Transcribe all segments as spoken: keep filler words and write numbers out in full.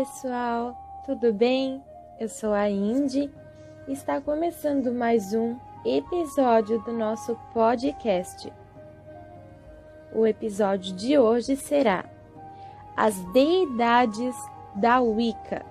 pessoal, tudo bem? Eu sou a Indy e está começando mais um episódio do nosso podcast. O episódio de hoje será As Deidades da Wicca.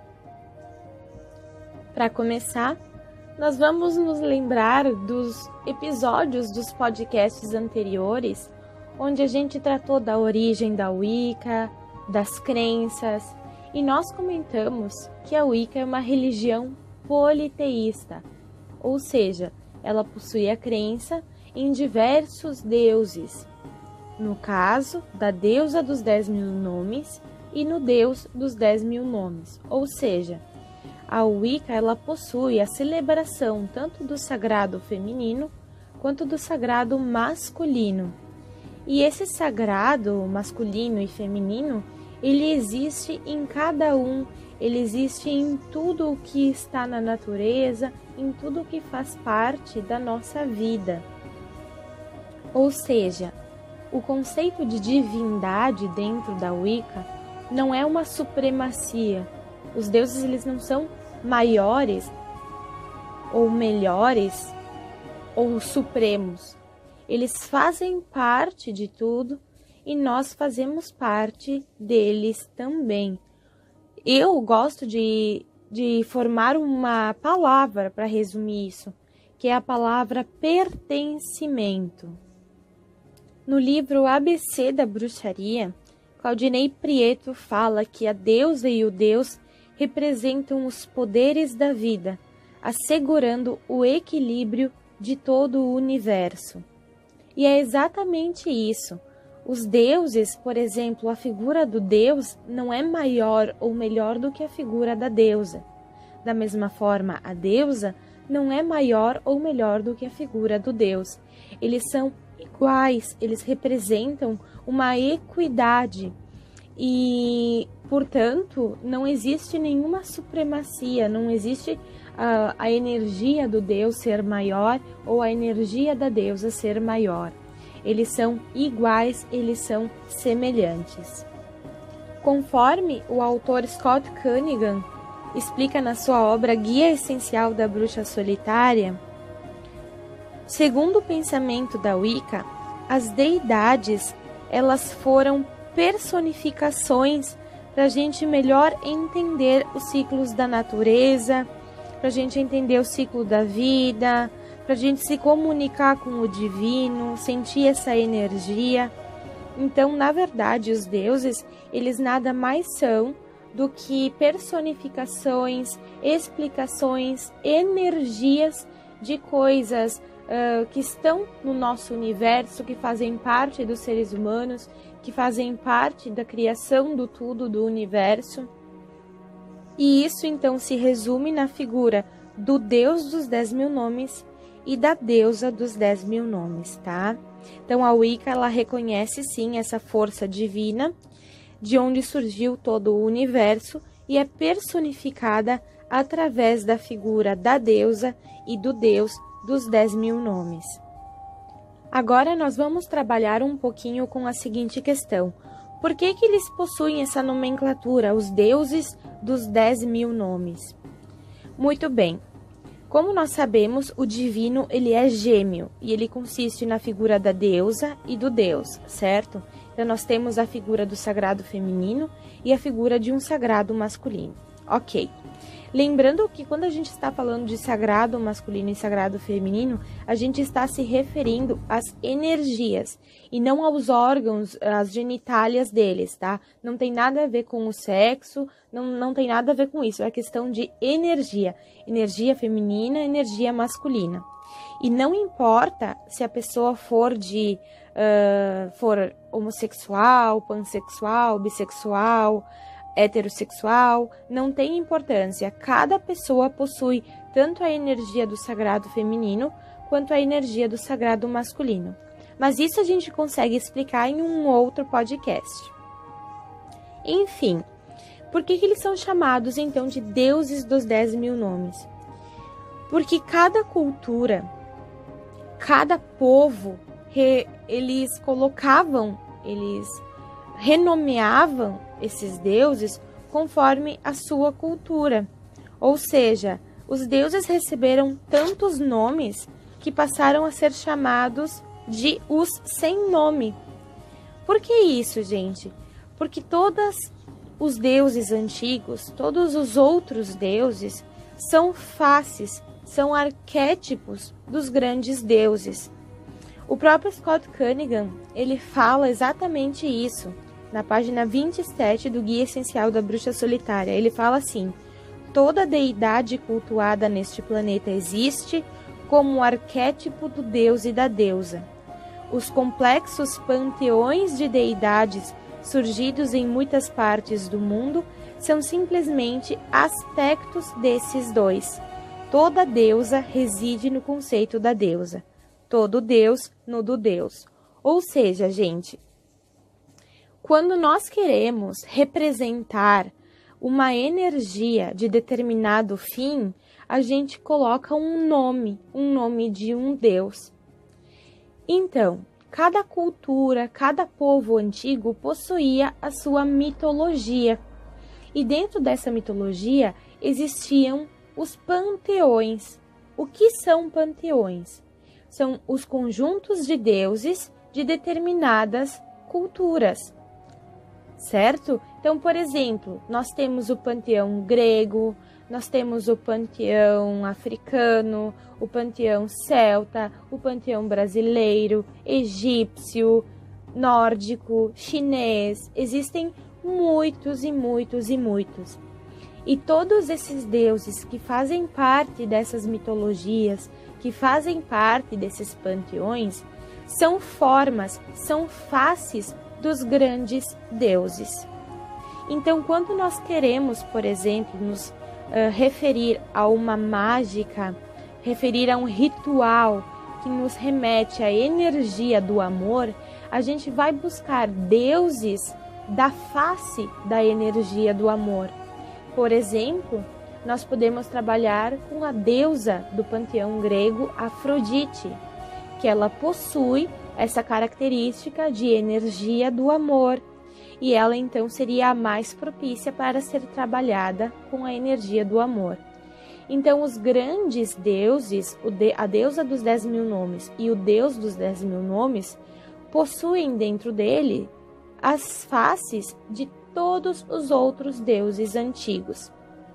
Para começar, nós vamos nos lembrar dos episódios dos podcasts anteriores, onde a gente tratou da origem da Wicca, das crenças, e nós comentamos que a Wicca é uma religião politeísta, ou seja, ela possui a crença em diversos deuses, no caso da deusa dos dez mil nomes e no deus dos dez mil nomes, ou seja, a Wicca ela possui a celebração tanto do sagrado feminino quanto do sagrado masculino. E esse sagrado masculino e feminino, ele existe em cada um, ele existe em tudo o que está na natureza, em tudo o que faz parte da nossa vida. Ou seja, o conceito de divindade dentro da Wicca não é uma supremacia. Os deuses eles não são maiores ou melhores ou supremos. Eles fazem parte de tudo e nós fazemos parte deles também. Eu gosto de, de formar uma palavra para resumir isso, que é a palavra pertencimento. No livro A B C da Bruxaria, Claudinei Prieto fala que a deusa e o deus representam os poderes da vida, assegurando o equilíbrio de todo o universo. E é exatamente isso. Os deuses, por exemplo, a figura do deus não é maior ou melhor do que a figura da deusa. Da mesma forma, a deusa não é maior ou melhor do que a figura do deus. Eles são iguais, eles representam uma equidade e, portanto, não existe nenhuma supremacia, não existe a, a energia do deus ser maior ou a energia da deusa ser maior. Eles são iguais, eles são semelhantes. Conforme o autor Scott Cunningham explica na sua obra Guia Essencial da Bruxa Solitária, segundo o pensamento da Wicca, as deidades elas foram personificações para a gente melhor entender os ciclos da natureza, para a gente entender o ciclo da vida, para a gente se comunicar com o divino, sentir essa energia. Então, na verdade, os deuses, eles nada mais são do que personificações, explicações, energias de coisas uh, que estão no nosso universo, que fazem parte dos seres humanos, que fazem parte da criação do tudo do universo. E isso, então, se resume na figura do Deus dos dez mil nomes e da deusa dos dez mil nomes, tá? Então, a Wicca, ela reconhece, sim, essa força divina, de onde surgiu todo o universo, e é personificada através da figura da deusa e do deus dos dez mil nomes. Agora, nós vamos trabalhar um pouquinho com a seguinte questão. Por que que eles possuem essa nomenclatura, os deuses dos dez mil nomes? Muito bem. Como nós sabemos, o divino ele é gêmeo e ele consiste na figura da deusa e do deus, certo? Então, nós temos a figura do sagrado feminino e a figura de um sagrado masculino. Ok. Lembrando que quando a gente está falando de sagrado masculino e sagrado feminino, a gente está se referindo às energias e não aos órgãos, às genitálias deles, tá? Não tem nada a ver com o sexo, não, não tem nada a ver com isso, é questão de energia. Energia feminina, energia masculina. E não importa se a pessoa for de uh, for homossexual, pansexual, bissexual, heterossexual, não tem importância. Cada pessoa possui tanto a energia do sagrado feminino quanto a energia do sagrado masculino. Mas isso a gente consegue explicar em um outro podcast. Enfim, por que que eles são chamados então de deuses dos dez mil nomes? Porque cada cultura, cada povo, re, eles colocavam, eles renomeavam esses deuses conforme a sua cultura. Ou seja, os deuses receberam tantos nomes que passaram a ser chamados de os sem nome. Por que isso, gente? Porque todos os deuses antigos, todos os outros deuses, são faces, são arquétipos dos grandes deuses. O próprio Scott Cunningham, ele fala exatamente isso, na página vinte e sete do Guia Essencial da Bruxa Solitária. Ele fala assim: toda deidade cultuada neste planeta existe como um arquétipo do deus e da deusa. Os complexos panteões de deidades surgidos em muitas partes do mundo são simplesmente aspectos desses dois. Toda deusa reside no conceito da deusa, todo deus no do deus. Ou seja, gente, quando nós queremos representar uma energia de determinado fim, a gente coloca um nome, um nome de um deus. Então, cada cultura, cada povo antigo possuía a sua mitologia. E dentro dessa mitologia existiam os panteões. O que são panteões? São os conjuntos de deuses de determinadas culturas, certo? Então, por exemplo, nós temos o panteão grego, nós temos o panteão africano, o panteão celta, o panteão brasileiro, egípcio, nórdico, chinês. Existem muitos e muitos e muitos. E todos esses deuses que fazem parte dessas mitologias, que fazem parte desses panteões, são formas, são faces dos grandes deuses. Então, quando nós queremos, por exemplo, nos uh, referir a uma mágica, referir a um ritual que nos remete à energia do amor, a gente vai buscar deuses da face da energia do amor. Por exemplo, nós podemos trabalhar com a deusa do panteão grego, Afrodite, que ela possui essa característica de energia do amor, e ela então seria a mais propícia para ser trabalhada com a energia do amor. Então, os grandes deuses, a deusa dos dez mil nomes e o deus dos dez mil nomes, possuem dentro dele as faces de todos os outros deuses antigos.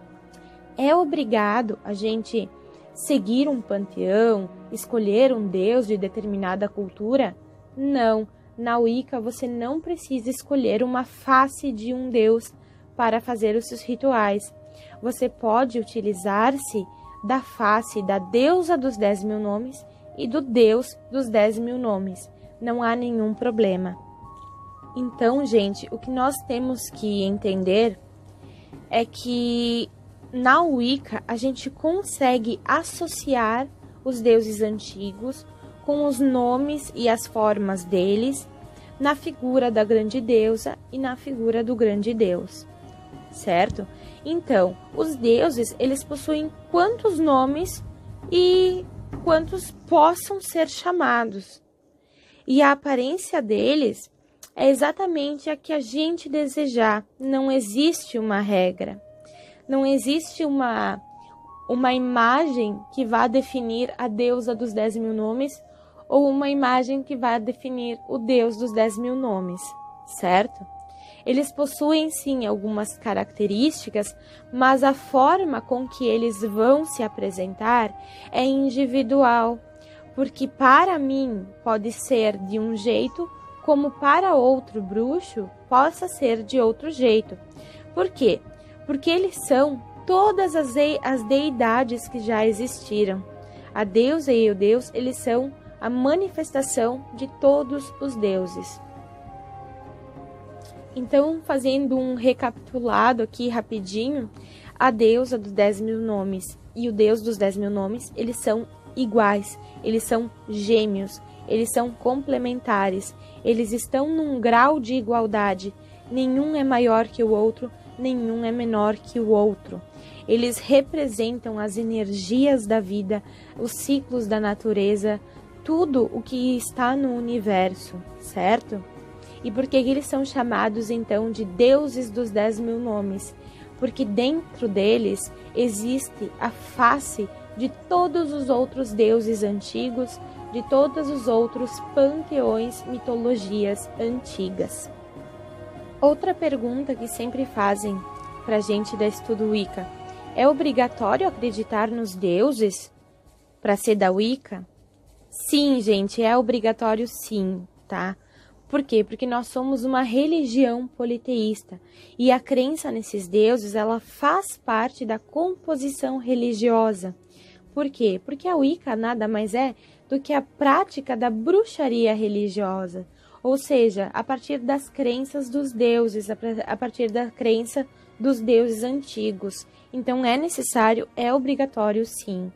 É obrigado a gente seguir um panteão, escolher um deus de determinada cultura? Não. Na Wicca, você não precisa escolher uma face de um deus para fazer os seus rituais. Você pode utilizar-se da face da deusa dos dez mil nomes e do deus dos dez mil nomes. Não há nenhum problema. Então, gente, o que nós temos que entender é que na Wicca a gente consegue associar os deuses antigos com os nomes e as formas deles na figura da grande deusa e na figura do grande deus, certo? Então, os deuses, eles possuem quantos nomes e quantos possam ser chamados. E a aparência deles é exatamente a que a gente desejar. Não existe uma regra. Não existe uma, uma imagem que vá definir a deusa dos dez mil nomes ou uma imagem que vá definir o deus dos dez mil nomes, certo? Eles possuem sim algumas características, mas a forma com que eles vão se apresentar é individual, porque para mim pode ser de um jeito, como para outro bruxo possa ser de outro jeito. Por quê? Porque eles são todas as, as deidades que já existiram. A deusa e o deus, eles são a manifestação de todos os deuses. Então, fazendo um recapitulado aqui rapidinho, a deusa dos dez mil nomes e o deus dos dez mil nomes, eles são iguais, eles são gêmeos, eles são complementares, eles estão num grau de igualdade, nenhum é maior que o outro, nenhum é menor que o outro. Eles representam as energias da vida, os ciclos da natureza, tudo o que está no universo, certo? E por que eles são chamados, então, de deuses dos dez mil nomes? porque dentro deles existe a face de todos os outros deuses antigos, de todos os outros panteões, mitologias antigas. Outra pergunta que sempre fazem pra gente da Estudo Wicca: é obrigatório acreditar nos deuses para ser da Wicca? Sim, gente, é obrigatório sim, tá? Por quê? Porque nós somos uma religião politeísta e a crença nesses deuses, ela faz parte da composição religiosa. Por quê? Porque a Wicca nada mais é do que a prática da bruxaria religiosa, ou seja, a partir das crenças dos deuses, a partir da crença dos deuses antigos. Então é necessário, é obrigatório sim.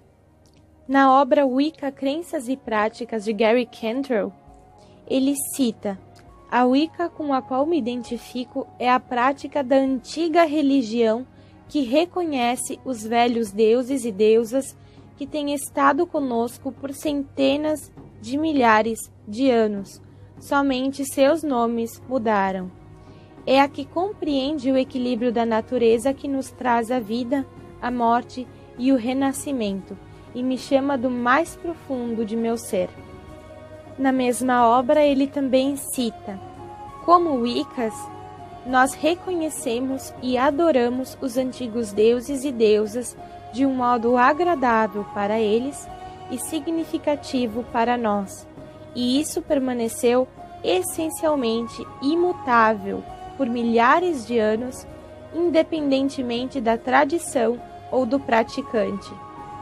Na obra Wicca, Crenças e Práticas, de Gary Cantrell, ele cita: a Wicca com a qual me identifico é a prática da antiga religião que reconhece os velhos deuses e deusas que têm estado conosco por centenas de milhares de anos. Somente seus nomes mudaram. É a que compreende o equilíbrio da natureza que nos traz a vida, a morte e o renascimento, e me chama do mais profundo de meu ser. Na mesma obra, ele também cita: como Wiccas, nós reconhecemos e adoramos os antigos deuses e deusas de um modo agradável para eles e significativo para nós, e isso permaneceu essencialmente imutável por milhares de anos, independentemente da tradição ou do praticante.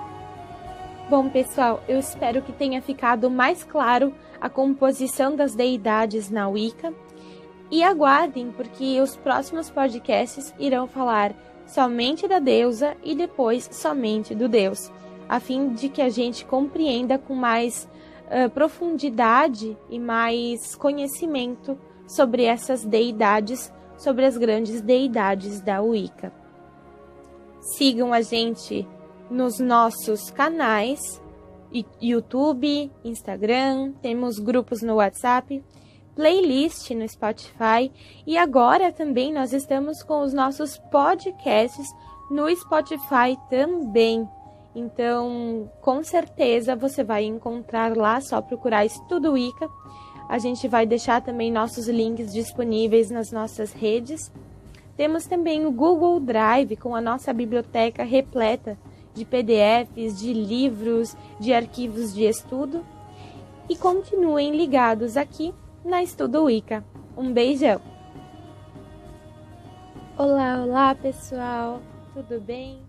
Bom, pessoal, eu espero que tenha ficado mais claro a composição das deidades na Wicca. E aguardem, porque os próximos podcasts irão falar somente da deusa e depois somente do deus, a fim de que a gente compreenda com mais uh, profundidade e mais conhecimento sobre essas deidades, sobre as grandes deidades da Wicca. Sigam a gente nos nossos canais, YouTube, Instagram, temos grupos no WhatsApp, playlist no Spotify e agora também nós estamos com os nossos podcasts no Spotify também. Então, com certeza você vai encontrar lá, só procurar Estudo Wicca. A gente vai deixar também nossos links disponíveis nas nossas redes. Temos também o Google Drive com a nossa biblioteca repleta de P D Fs, de livros, de arquivos de estudo. E continuem ligados aqui na Estudo Wicca. Um beijão! Olá, olá pessoal, tudo bem?